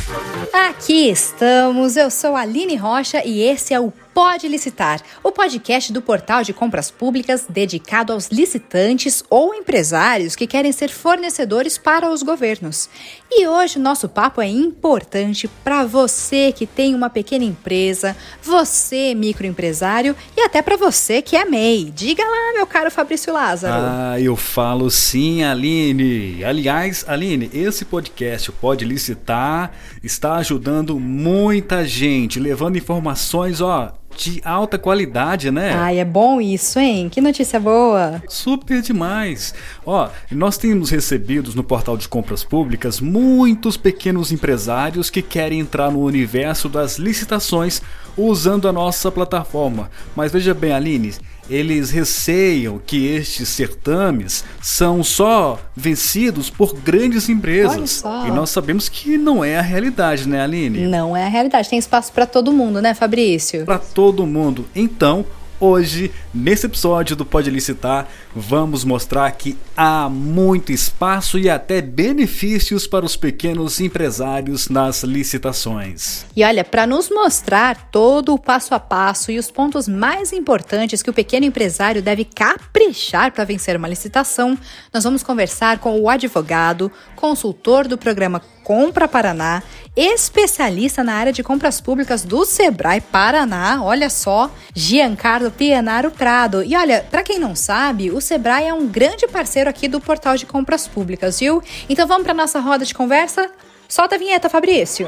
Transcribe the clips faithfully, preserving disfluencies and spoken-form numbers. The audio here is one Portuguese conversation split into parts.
Aqui estamos, eu sou a Aline Rocha e esse é o Pode Licitar, o podcast do Portal de Compras Públicas dedicado aos licitantes ou empresários que querem ser fornecedores para os governos. E hoje o nosso papo é importante para você que tem uma pequena empresa, você microempresário e até para você que é M E I. Diga lá, meu caro Fabrício Lázaro. Ah, eu falo sim, Aline. Aliás, Aline, esse podcast, o Pode Licitar, está ajudando muita gente, levando informações, ó, de alta qualidade, né? Ai, é bom isso, hein? Que notícia boa! Super demais! Ó, nós temos recebidos no Portal de Compras Públicas muitos pequenos empresários que querem entrar no universo das licitações usando a nossa plataforma. Mas veja bem, Aline, eles receiam que estes certames são só vencidos por grandes empresas. E nós sabemos que não é a realidade, né, Aline? Não é a realidade. Tem espaço para todo mundo, né, Fabrício? Para todo mundo. Então, hoje, nesse episódio do Pode Licitar, vamos mostrar que há muito espaço e até benefícios para os pequenos empresários nas licitações. E olha, para nos mostrar todo o passo a passo e os pontos mais importantes que o pequeno empresário deve caprichar para vencer uma licitação, nós vamos conversar com o advogado, consultor do programa Compra Paraná, especialista na área de compras públicas do Sebrae Paraná, olha só, Giancarlo Pianaro Prado. E olha, para quem não sabe, o Sebrae é um grande parceiro aqui do Portal de Compras Públicas, viu? Então vamos para nossa roda de conversa? Solta a vinheta, Fabrício.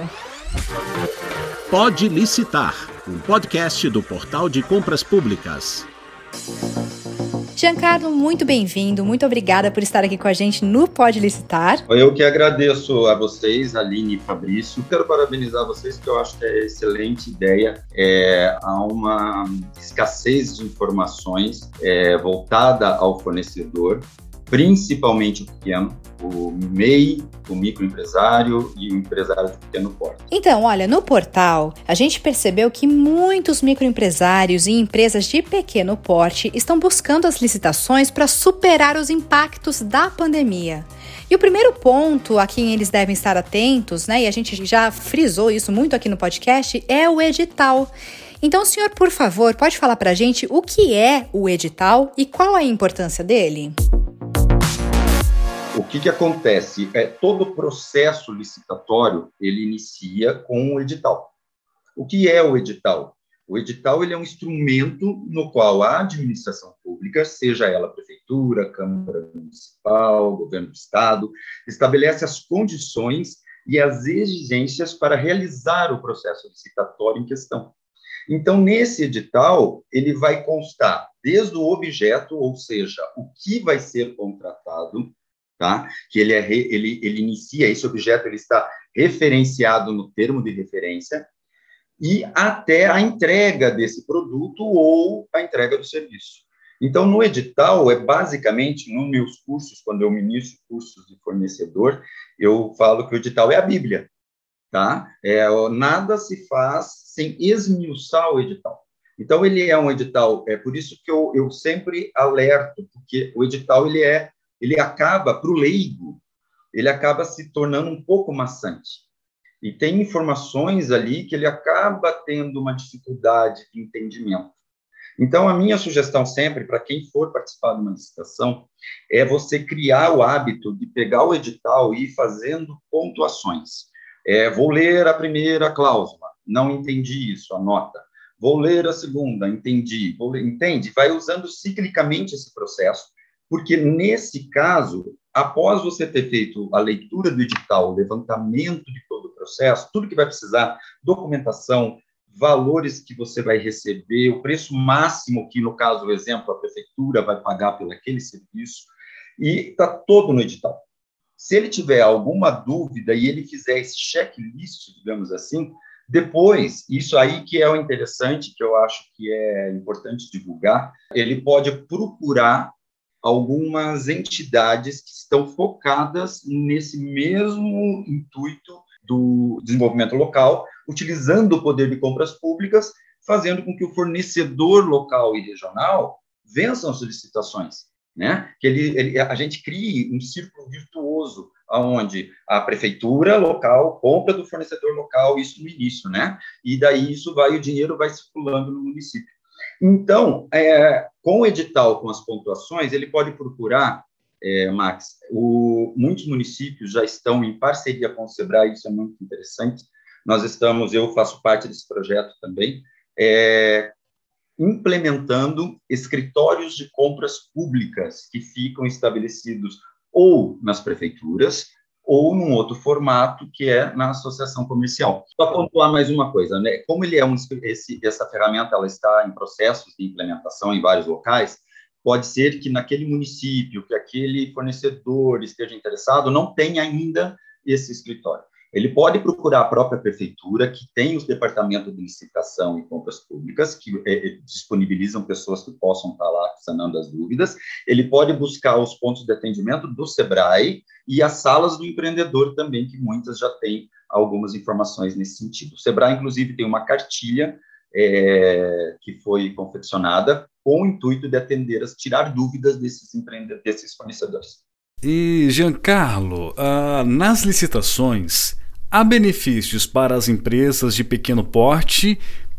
Pode Licitar, um podcast do Portal de Compras Públicas. Giancarlo, muito bem-vindo, muito obrigada por estar aqui com a gente no Pode Licitar. Eu que agradeço a vocês, Aline e Fabrício. Quero parabenizar vocês, porque eu acho que é excelente ideia. É, há uma escassez de informações é, voltada ao fornecedor, principalmente o pequeno, o M E I, o microempresário e o empresário de pequeno porte. Então, olha, no portal, a gente percebeu que muitos microempresários e empresas de pequeno porte estão buscando as licitações para superar os impactos da pandemia. E o primeiro ponto a quem eles devem estar atentos, né, e a gente já frisou isso muito aqui no podcast, é o edital. Então, senhor, por favor, pode falar para a gente o que é o edital e qual a importância dele? O que, que acontece? É, todo o processo licitatório, ele inicia com o edital. O que é o edital? O edital ele é um instrumento no qual a administração pública, seja ela prefeitura, Câmara Municipal, governo do Estado, estabelece as condições e as exigências para realizar o processo licitatório em questão. Então, nesse edital, ele vai constar desde o objeto, ou seja, o que vai ser contratado, tá? Que ele, é re, ele, ele inicia, esse objeto ele está referenciado no termo de referência, e até a entrega desse produto ou a entrega do serviço. Então, no edital, é basicamente, nos meus cursos, quando eu ministro cursos de fornecedor, eu falo que o edital é a Bíblia, tá? É, nada se faz sem esmiuçar o edital. Então, ele é um edital, é por isso que eu, eu sempre alerto, porque o edital, ele é ele acaba, para o leigo, ele acaba se tornando um pouco maçante. E tem informações ali que ele acaba tendo uma dificuldade de entendimento. Então, a minha sugestão sempre, para quem for participar de uma licitação, é você criar o hábito de pegar o edital e ir fazendo pontuações. É, vou ler a primeira cláusula, não entendi isso, anota. Vou ler a segunda, entendi. Vou ler, entende? Vai usando ciclicamente esse processo, porque, nesse caso, após você ter feito a leitura do edital, o levantamento de todo o processo, tudo que vai precisar, documentação, valores que você vai receber, o preço máximo que, no caso, o exemplo, a prefeitura vai pagar por aquele serviço, e está todo no edital. Se ele tiver alguma dúvida e ele fizer esse checklist, digamos assim, depois, isso aí que é o interessante, que eu acho que é importante divulgar, ele pode procurar algumas entidades que estão focadas nesse mesmo intuito do desenvolvimento local, utilizando o poder de compras públicas, fazendo com que o fornecedor local e regional vençam as licitações, né? Que ele, ele, a gente crie um círculo virtuoso, onde a prefeitura local compra do fornecedor local, isso no início, né? E daí isso vai, o dinheiro vai circulando no município. Então, é, com o edital, com as pontuações, ele pode procurar, é, Max, o, muitos municípios já estão em parceria com o SEBRAE, isso é muito interessante. Nós estamos, eu faço parte desse projeto também, é, implementando escritórios de compras públicas que ficam estabelecidos ou nas prefeituras ou num outro formato, que é na associação comercial. Só pontuar mais uma coisa, né? Como ele é um, esse, essa ferramenta ela está em processos de implementação em vários locais, pode ser que naquele município, que aquele fornecedor esteja interessado, não tenha ainda esse escritório. Ele pode procurar a própria prefeitura, que tem os departamentos de licitação e compras públicas, que é, disponibilizam pessoas que possam estar lá sanando as dúvidas. Ele pode buscar os pontos de atendimento do SEBRAE e as salas do empreendedor também, que muitas já têm algumas informações nesse sentido. O SEBRAE, inclusive, tem uma cartilha é, que foi confeccionada com o intuito de atender, as, tirar dúvidas desses empreendedores, desses fornecedores. E, Giancarlo, uh, nas licitações, há benefícios para as empresas de pequeno porte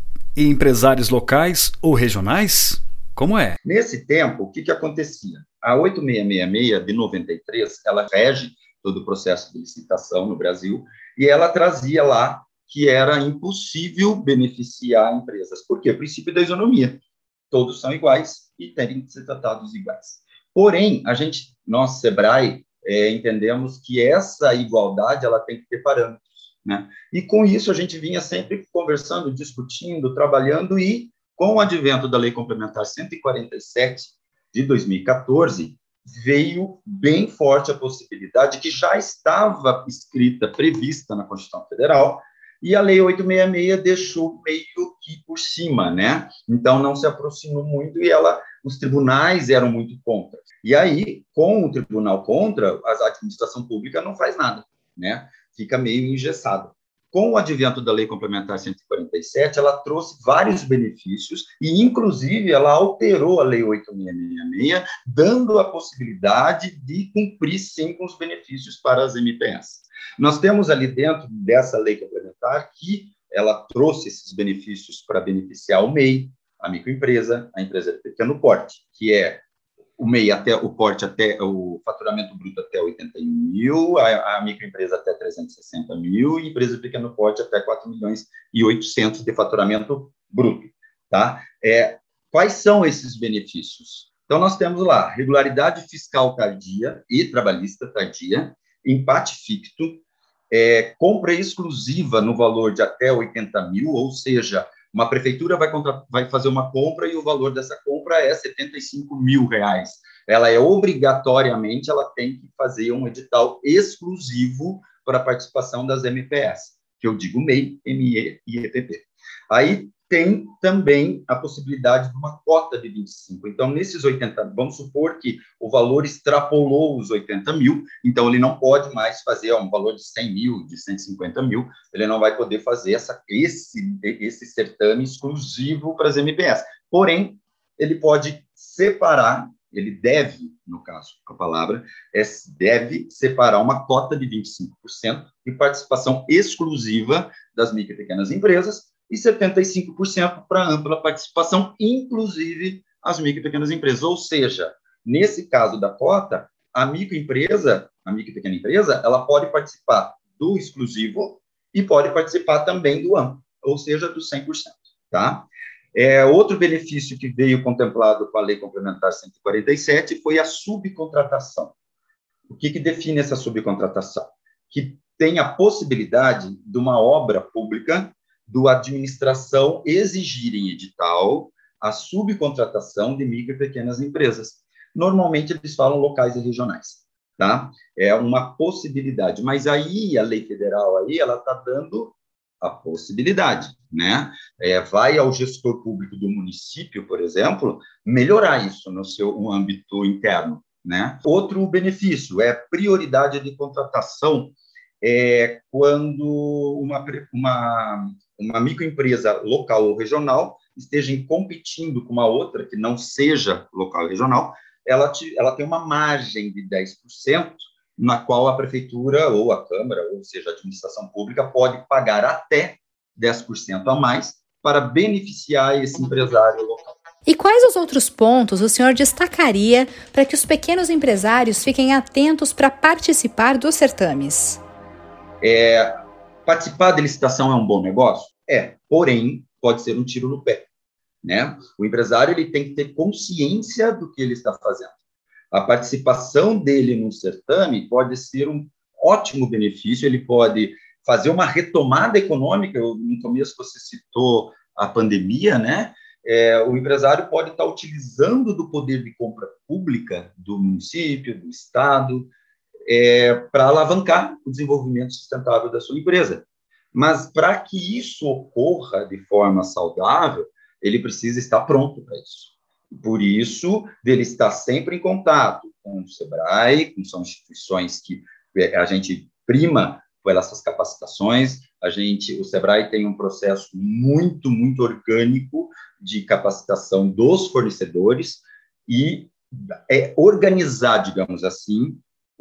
e empresários locais ou regionais? Como é? Nesse tempo, o que, que acontecia? A oito seis seis seis, de noventa e três, ela rege todo o processo de licitação no Brasil, e ela trazia lá que era impossível beneficiar empresas. Por quê? O princípio da isonomia. Todos são iguais e têm que ser tratados iguais. Porém, a gente, nós, SEBRAE, é, entendemos que essa igualdade ela tem que ter parâmetros, né? E com isso a gente vinha sempre conversando, discutindo, trabalhando, e com o advento da Lei Complementar cento e quarenta e sete de dois mil e quatorze, veio bem forte a possibilidade que já estava escrita, prevista na Constituição Federal, e a Lei oito seis seis deixou meio que por cima, né? Então, não se aproximou muito e ela, os tribunais eram muito contra. E aí, com o tribunal contra, a administração pública não faz nada, né? Fica meio engessada. Com o advento da Lei Complementar cento e quarenta e sete, ela trouxe vários benefícios e, inclusive, ela alterou a Lei oito seis seis seis, dando a possibilidade de cumprir, sim, com os benefícios para as M P S. Nós temos ali dentro dessa lei complementar que ela trouxe esses benefícios para beneficiar o M E I, a microempresa, a empresa de pequeno porte, que é o M E I até o porte até o faturamento bruto até oitenta e um mil, a, a microempresa até trezentos e sessenta mil e empresa de pequeno porte até quatro milhões e oitocentos de faturamento bruto, tá? É, quais são esses benefícios? Então, nós temos lá regularidade fiscal tardia e trabalhista tardia, empate ficto, é, compra exclusiva no valor de até oitenta mil, ou seja, uma prefeitura vai, contra... vai fazer uma compra e o valor dessa compra é setenta e cinco mil reais. Ela é obrigatoriamente, ela tem que fazer um edital exclusivo para a participação das M P S, que eu digo M E I, M E I e E P P. Aí tem também a possibilidade de uma cota de vinte e cinco. Então, nesses oitenta, vamos supor que o valor extrapolou os oitenta mil, então ele não pode mais fazer ó, um valor de cem mil, de cento e cinquenta mil, ele não vai poder fazer essa, esse, esse certame exclusivo para as M P S. Porém, ele pode separar, ele deve, no caso, a palavra, é, deve separar uma cota de vinte e cinco por cento de participação exclusiva das micro e pequenas empresas, e setenta e cinco por cento para ampla participação, inclusive as micro e pequenas empresas. Ou seja, nesse caso da cota, a microempresa, a micro e pequena empresa, ela pode participar do exclusivo e pode participar também do amplo, ou seja, do cem por cento, tá? É, outro benefício que veio contemplado com a Lei Complementar cento e quarenta e sete foi a subcontratação. O que, que define essa subcontratação? Que tem a possibilidade de uma obra pública do administração exigir em edital a subcontratação de micro e pequenas empresas. Normalmente, eles falam locais e regionais, tá? É uma possibilidade, mas aí a lei federal aí, ela está dando a possibilidade, né? É, vai ao gestor público do município, por exemplo, melhorar isso no seu âmbito interno, né? Outro benefício é prioridade de contratação é quando uma, uma, uma microempresa local ou regional esteja competindo com uma outra que não seja local ou regional, ela, te, ela tem uma margem de dez por cento na qual a prefeitura ou a Câmara, ou seja, a administração pública, pode pagar até dez por cento a mais para beneficiar esse empresário local. E quais os outros pontos o senhor destacaria para que os pequenos empresários fiquem atentos para participar dos certames? É, participar da licitação é um bom negócio? É, porém, pode ser um tiro no pé, né? O empresário ele tem que ter consciência do que ele está fazendo. A participação dele no certame pode ser um ótimo benefício, ele pode fazer uma retomada econômica. No começo você citou a pandemia, né? É, o empresário pode estar utilizando do poder de compra pública do município, do estado, é, para alavancar o desenvolvimento sustentável da sua empresa. Mas para que isso ocorra de forma saudável, ele precisa estar pronto para isso. Por isso, dele estar sempre em contato com o SEBRAE, que são instituições que a gente prima por essas capacitações. A gente, o SEBRAE tem um processo muito, muito orgânico de capacitação dos fornecedores e é, organizar, digamos assim,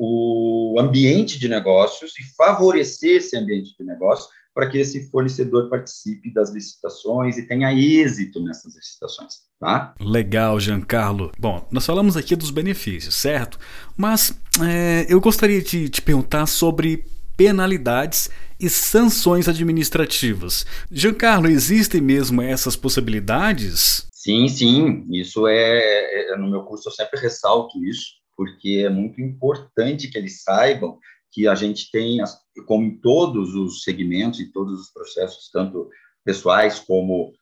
o ambiente de negócios e favorecer esse ambiente de negócios para que esse fornecedor participe das licitações e tenha êxito nessas licitações, tá? Legal, Giancarlo. Bom, nós falamos aqui dos benefícios, certo? Mas é, eu gostaria de te perguntar sobre penalidades e sanções administrativas. Giancarlo, existem mesmo essas possibilidades? Sim, sim. Isso é, é no meu curso eu sempre ressalto isso, porque é muito importante que eles saibam que a gente tem, como em todos os segmentos e todos os processos, tanto pessoais como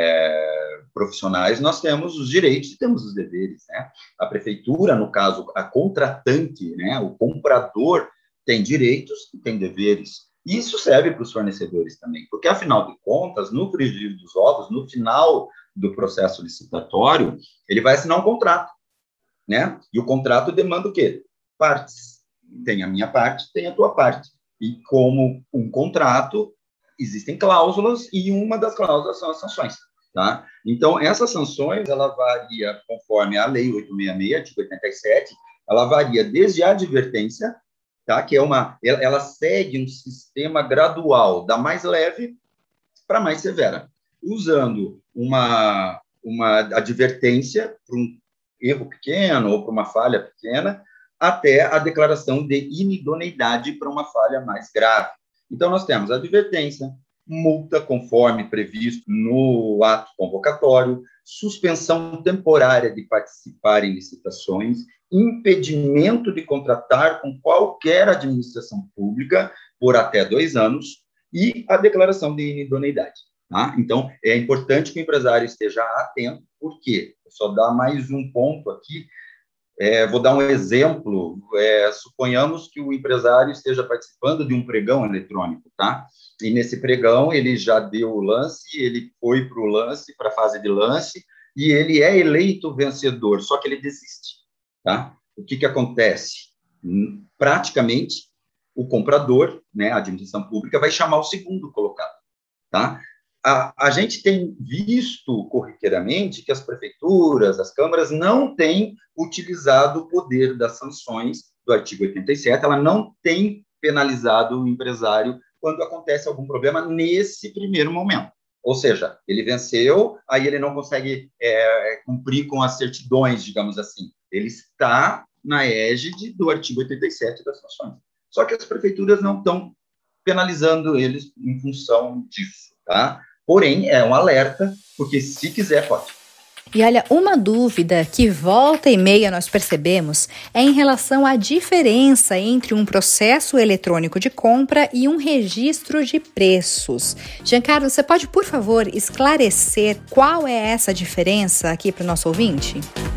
é, profissionais, nós temos os direitos e temos os deveres, né? A prefeitura, no caso, a contratante, né, o comprador, tem direitos e tem deveres. E isso serve para os fornecedores também, porque, afinal de contas, no frigir dos ovos, no final do processo licitatório, ele vai assinar um contrato, né? E o contrato demanda o quê? Partes. Tem a minha parte, tem a tua parte. E como um contrato, existem cláusulas e uma das cláusulas são as sanções, tá? Então, essas sanções, ela varia conforme a Lei oitocentos e sessenta e seis, artigo oitenta e sete, ela varia desde a advertência, tá? Que é uma, ela, ela segue um sistema gradual, da mais leve para mais severa, usando uma, uma advertência para um erro pequeno ou para uma falha pequena, até a declaração de inidoneidade para uma falha mais grave. Então, nós temos a advertência, multa conforme previsto no ato convocatório, suspensão temporária de participar em licitações, impedimento de contratar com qualquer administração pública por até dois anos e a declaração de inidoneidade. Tá? Então, é importante que o empresário esteja atento, porque só dá mais um ponto aqui. É, vou dar um exemplo. É, suponhamos que o empresário esteja participando de um pregão eletrônico, tá? E nesse pregão ele já deu o lance, ele foi para o lance, para a fase de lance, e ele é eleito vencedor, só que ele desiste, tá? O que que acontece? Praticamente, o comprador, né, a administração pública, vai chamar o segundo colocado, tá? A, a gente tem visto corriqueiramente que as prefeituras, as câmaras, não têm utilizado o poder das sanções do artigo oitenta e sete, ela não tem penalizado o empresário quando acontece algum problema nesse primeiro momento. Ou seja, ele venceu, aí ele não consegue é, cumprir com as certidões, digamos assim. Ele está na égide do artigo oitenta e sete das sanções. Só que as prefeituras não estão penalizando eles em função disso, tá? Porém, é um alerta, porque se quiser, pode. E olha, uma dúvida que volta e meia nós percebemos é em relação à diferença entre um processo eletrônico de compra e um registro de preços. Giancarlo, você pode, por favor, esclarecer qual é essa diferença aqui para o nosso ouvinte?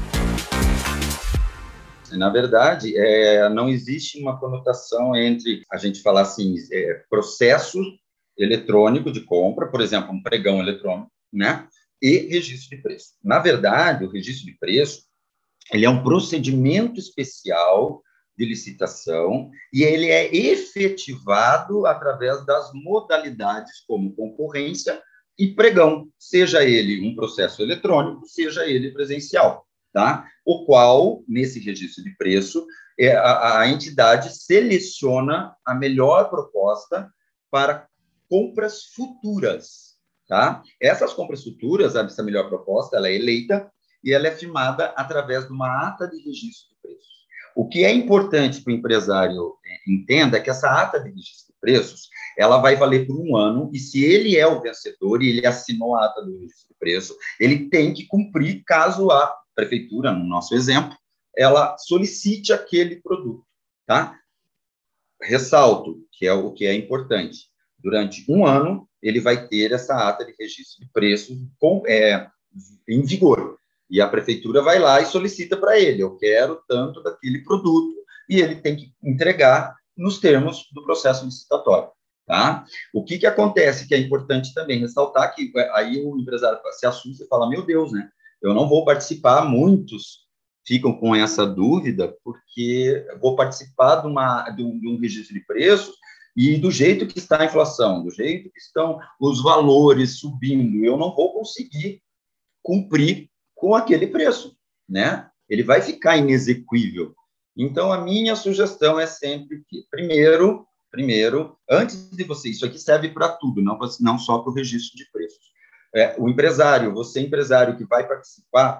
Na verdade, é, não existe uma conotação entre a gente falar assim, é, processo eletrônico de compra, por exemplo, um pregão eletrônico, né? E registro de preço. Na verdade, o registro de preço, ele é um procedimento especial de licitação e ele é efetivado através das modalidades como concorrência e pregão, seja ele um processo eletrônico, seja ele presencial, tá? O qual, nesse registro de preço, é, a, a entidade seleciona a melhor proposta para compras futuras, tá? Essas compras futuras, essa melhor proposta, ela é eleita e ela é firmada através de uma ata de registro de preços. O que é importante para o empresário entenda é que essa ata de registro de preços, ela vai valer por um ano, e se ele é o vencedor e ele assinou a ata do registro de preço, ele tem que cumprir caso a prefeitura, no nosso exemplo, ela solicite aquele produto, tá? Ressalto, que é o que é importante, durante um ano, ele vai ter essa ata de registro de preços com, é, em vigor, e a prefeitura vai lá e solicita para ele, eu quero tanto daquele produto, e ele tem que entregar nos termos do processo licitatório, tá? O que que acontece, que é importante também ressaltar, que aí o empresário se assusta e fala, meu Deus, né, eu não vou participar, muitos ficam com essa dúvida, porque vou participar de, uma, de, um, de um registro de preços, e do jeito que está a inflação, do jeito que estão os valores subindo, eu não vou conseguir cumprir com aquele preço, né? Ele vai ficar inexequível. Então, a minha sugestão é sempre que, primeiro, primeiro, antes de você, isso aqui serve para tudo, não, não só para o registro de preços. É, o empresário, você empresário que vai participar,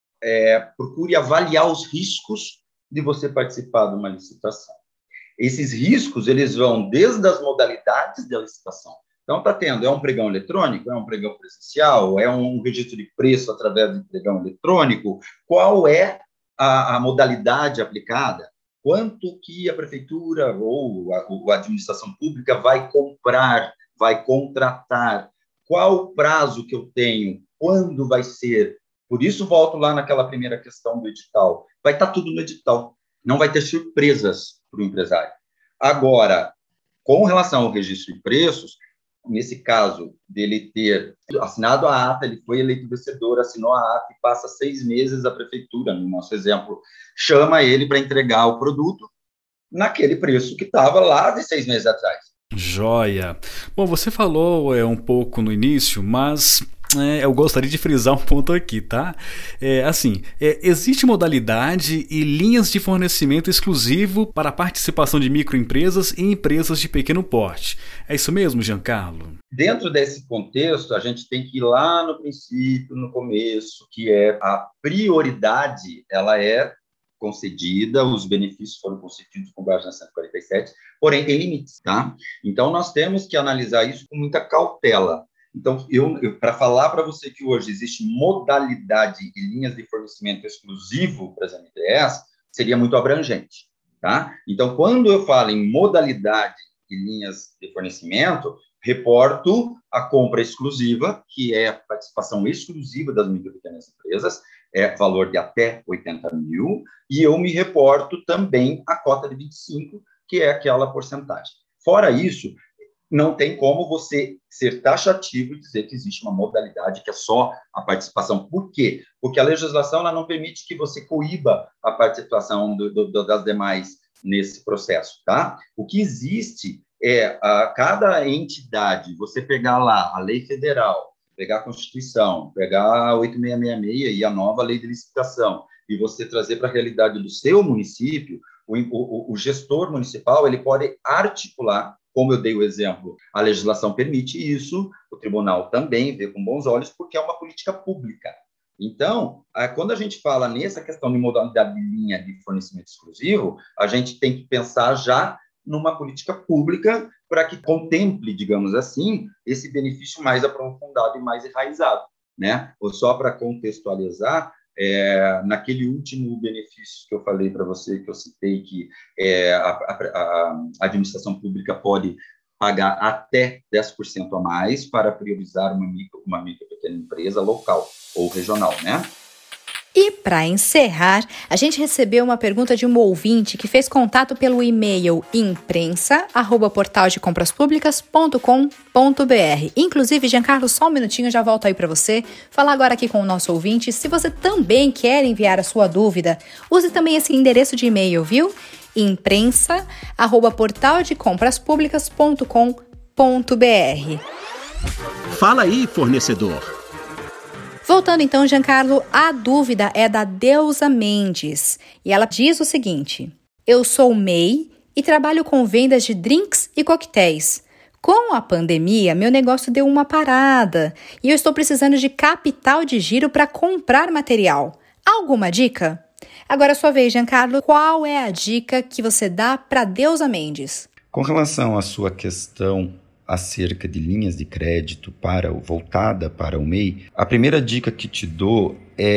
é, procure avaliar os riscos de você participar de uma licitação. Esses riscos, eles vão desde as modalidades da licitação. Então, está tendo, é um pregão eletrônico, é um pregão presencial, é um registro de preço através de pregão eletrônico, qual é a, a modalidade aplicada, quanto que a prefeitura ou a, ou a administração pública vai comprar, vai contratar, qual o prazo que eu tenho, quando vai ser. Por isso, volto lá naquela primeira questão do edital. Vai estar tudo no edital, não vai ter surpresas para o empresário. Agora, com relação ao registro de preços, nesse caso dele ter assinado a ata, ele foi eleito vencedor, assinou a ata e passa seis meses a prefeitura, no nosso exemplo, chama ele para entregar o produto naquele preço que estava lá de seis meses atrás. Joia! Bom, você falou é, um pouco no início, mas é, eu gostaria de frisar um ponto aqui, tá? É, assim, é, existe modalidade e linhas de fornecimento exclusivo para a participação de microempresas e empresas de pequeno porte. É isso mesmo, Giancarlo? Dentro desse contexto, a gente tem que ir lá no princípio, no começo, que é a prioridade, ela é concedida, os benefícios foram concedidos com base na cento e quarenta e sete, porém tem limites, tá? Então, nós temos que analisar isso com muita cautela. Então, eu, eu para falar para você que hoje existe modalidade e linhas de fornecimento exclusivo para as M T S, seria muito abrangente, tá? Então, quando eu falo em modalidade e linhas de fornecimento, reporto a compra exclusiva, que é a participação exclusiva das micro e pequenas empresas, é valor de até oitenta mil, e eu me reporto também a cota de vinte e cinco, que é aquela porcentagem. Fora isso, não tem como você ser taxativo e dizer que existe uma modalidade que é só a participação. Por quê? Porque a legislação ela não permite que você coíba a participação do, do, das demais nesse processo, tá? O que existe é a cada entidade, você pegar lá a lei federal, pegar a Constituição, pegar a oito mil seiscentos e sessenta e seis e a nova lei de licitação, e você trazer para a realidade do seu município, o, o, o gestor municipal ele pode articular, como eu dei o exemplo, a legislação permite isso, o tribunal também vê com bons olhos, porque é uma política pública. Então, quando a gente fala nessa questão de modalidade de linha de fornecimento exclusivo, a gente tem que pensar já numa política pública para que contemple, digamos assim, esse benefício mais aprofundado e mais enraizado, né? Ou só para contextualizar, é, naquele último benefício que eu falei para você, que eu citei, que é, a, a, a administração pública pode pagar até dez por cento a mais para priorizar uma micro, uma micro pequena empresa local ou regional, né? E para encerrar, a gente recebeu uma pergunta de um ouvinte que fez contato pelo e-mail imprensa arroba portal de compras públicas ponto com ponto br. Inclusive, Giancarlo, só um minutinho, já volto aí para você falar agora aqui com o nosso ouvinte. Se você também quer enviar a sua dúvida, use também esse endereço de e-mail, viu? imprensa arroba portal de compras públicas ponto com ponto br. Fala aí, fornecedor. Voltando então, Giancarlo, a dúvida é da Deusa Mendes. E ela diz o seguinte: eu sou M E I e trabalho com vendas de drinks e coquetéis. Com a pandemia, meu negócio deu uma parada e eu estou precisando de capital de giro para comprar material. Alguma dica? Agora, sua vez, Giancarlo, qual é a dica que você dá para Deusa Mendes? Com relação à sua questão acerca de linhas de crédito para voltada para o M E I, a primeira dica que te dou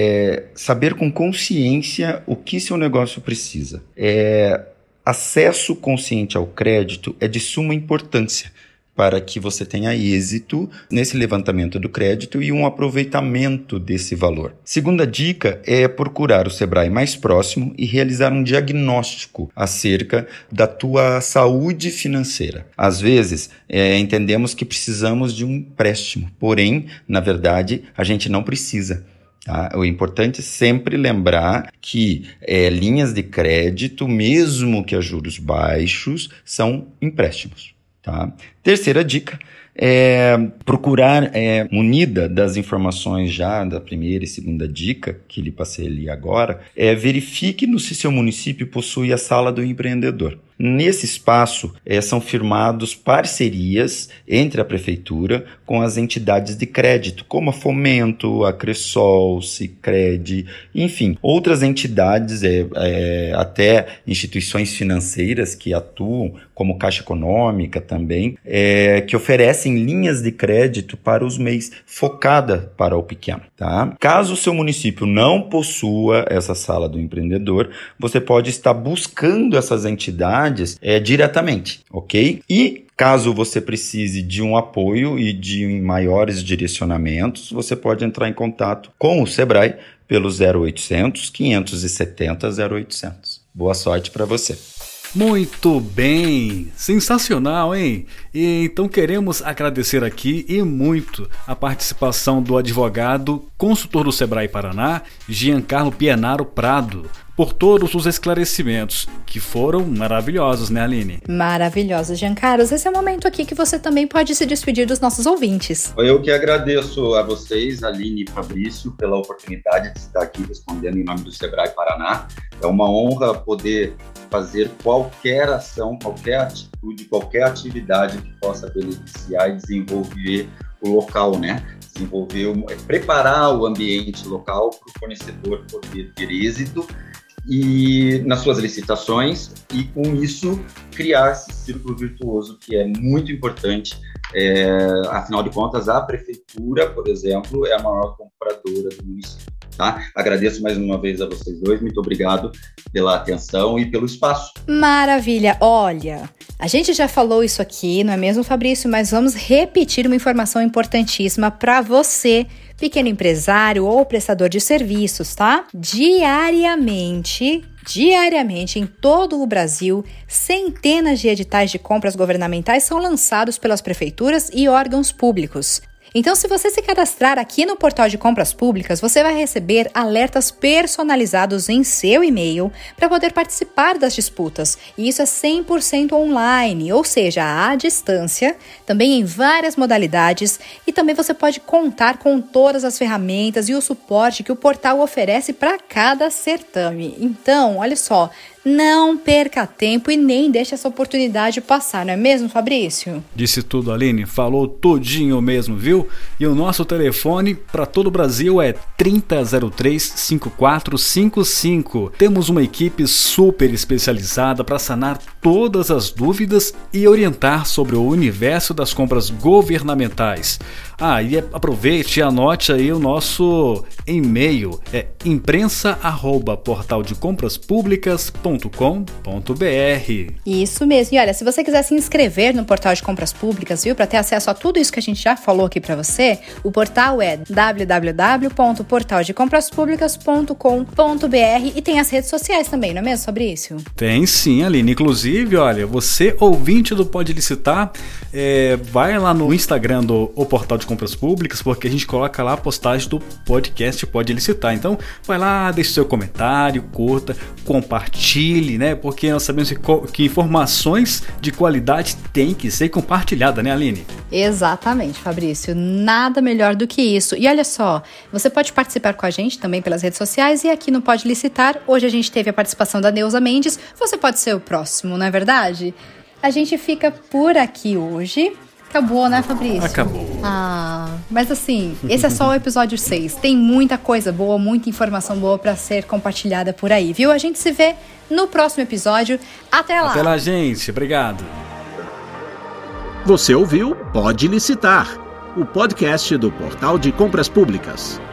é saber com consciência o que seu negócio precisa. É, acesso consciente ao crédito é de suma importância para que você tenha êxito nesse levantamento do crédito e um aproveitamento desse valor. Segunda dica é procurar o Sebrae mais próximo e realizar um diagnóstico acerca da tua saúde financeira. Às vezes, é, entendemos que precisamos de um empréstimo, porém, na verdade, a gente não precisa. Tá? O importante é sempre lembrar que é, linhas de crédito, mesmo que a juros baixos, são empréstimos. Tá? Terceira dica é procurar, é, munida das informações já da primeira e segunda dica, que lhe passei ali agora, é verifique no se seu município possui a sala do empreendedor. Nesse espaço, é, são firmados parcerias entre a prefeitura com as entidades de crédito, como a Fomento, a Cressol, Sicredi, enfim, outras entidades, é, é, até instituições financeiras que atuam, como Caixa Econômica também, é, que oferecem linhas de crédito para os M E Is, focada para o pequeno. Tá? Caso o seu município não possua essa sala do empreendedor, você pode estar buscando essas entidades é, diretamente, ok? E caso você precise de um apoio e de maiores direcionamentos, você pode entrar em contato com o Sebrae pelo zero oitocentos, quinhentos e setenta, zero oitocentos. Boa sorte para você! Muito bem, sensacional, hein? E então queremos agradecer aqui e muito a participação do advogado, consultor do Sebrae Paraná, Giancarlo Pienaro Prado, por todos os esclarecimentos, que foram maravilhosos, né, Aline? Maravilhosos, Giancarlo. Esse é o momento aqui que você também pode se despedir dos nossos ouvintes. Eu que agradeço a vocês, Aline e Fabrício, pela oportunidade de estar aqui respondendo em nome do Sebrae Paraná. É uma honra poder fazer qualquer ação, qualquer atitude, qualquer atividade que possa beneficiar e desenvolver o local, né? Desenvolver, preparar o ambiente local para o fornecedor poder ter êxito e nas suas licitações e, com isso, criar esse círculo virtuoso que é muito importante. É, afinal de contas, a prefeitura, por exemplo, é a maior compradora do município. Tá? Agradeço mais uma vez a vocês dois, muito obrigado pela atenção e pelo espaço. Maravilha! Olha, a gente já falou isso aqui, não é mesmo, Fabrício? Mas vamos repetir uma informação importantíssima para você, pequeno empresário ou prestador de serviços, tá? Diariamente, diariamente, em todo o Brasil, centenas de editais de compras governamentais são lançados pelas prefeituras e órgãos públicos. Então, se você se cadastrar aqui no Portal de Compras Públicas, você vai receber alertas personalizados em seu e-mail para poder participar das disputas. E isso é cem por cento online, ou seja, à distância, também em várias modalidades. E também você pode contar com todas as ferramentas e o suporte que o portal oferece para cada certame. Então, olha só, não perca tempo e nem deixe essa oportunidade passar, não é mesmo, Fabrício? Disse tudo, Aline. Falou tudinho mesmo, viu? E o nosso telefone para todo o Brasil é trinta zero três, cinquenta e quatro cinquenta e cinco. Temos uma equipe super especializada para sanar todas as dúvidas e orientar sobre o universo das compras governamentais. Ah, e aproveite e anote aí o nosso e-mail, é imprensa arroba portal de compras públicas ponto com ponto b r. Isso mesmo. E olha, se você quiser se inscrever no Portal de Compras Públicas, viu, para ter acesso a tudo isso que a gente já falou aqui para você, o portal é w w w ponto portal de compras públicas ponto com ponto b r e tem as redes sociais também, não é mesmo, Fabrício? Tem sim, Aline. Inclusive, olha, você ouvinte do Pode Licitar, é, vai lá no Instagram do o Portal de Compras Públicas, porque a gente coloca lá a postagem do podcast Pode Licitar. Então, vai lá, deixe seu comentário, curta, compartilhe compartilhe, né? Porque nós sabemos que, que informações de qualidade têm que ser compartilhadas, né, Aline? Exatamente, Fabrício. Nada melhor do que isso. E olha só, você pode participar com a gente também pelas redes sociais e aqui no Pode Licitar. Hoje a gente teve a participação da Neuza Mendes. Você pode ser o próximo, não é verdade? A gente fica por aqui hoje. Acabou, né, Fabrício? Acabou. Ah, mas assim, esse é só o episódio seis. Tem muita coisa boa, muita informação boa pra ser compartilhada por aí, viu? A gente se vê no próximo episódio. Até lá. Até lá, gente. Obrigado. Você ouviu Pode Licitar, o podcast do Portal de Compras Públicas.